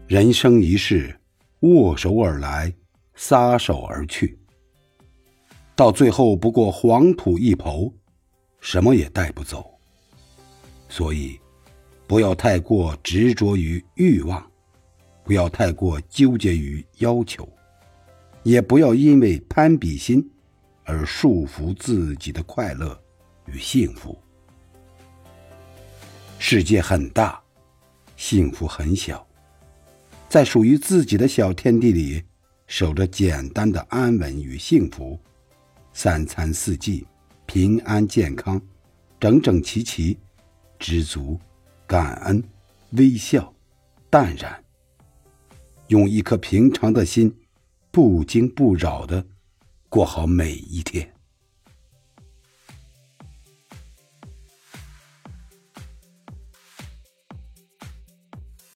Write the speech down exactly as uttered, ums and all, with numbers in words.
人生一世，握手而来，撒手而去，到最后不过黄土一抔，什么也带不走。所以不要太过执着于欲望，不要太过纠结于要求，也不要因为攀比心而束缚自己的快乐与幸福。世界很大，幸福很小，在属于自己的小天地里，守着简单的安稳与幸福，三餐四季平安健康，整整齐齐，知足感恩微笑淡然，用一颗平常的心，不惊不扰地过好每一天。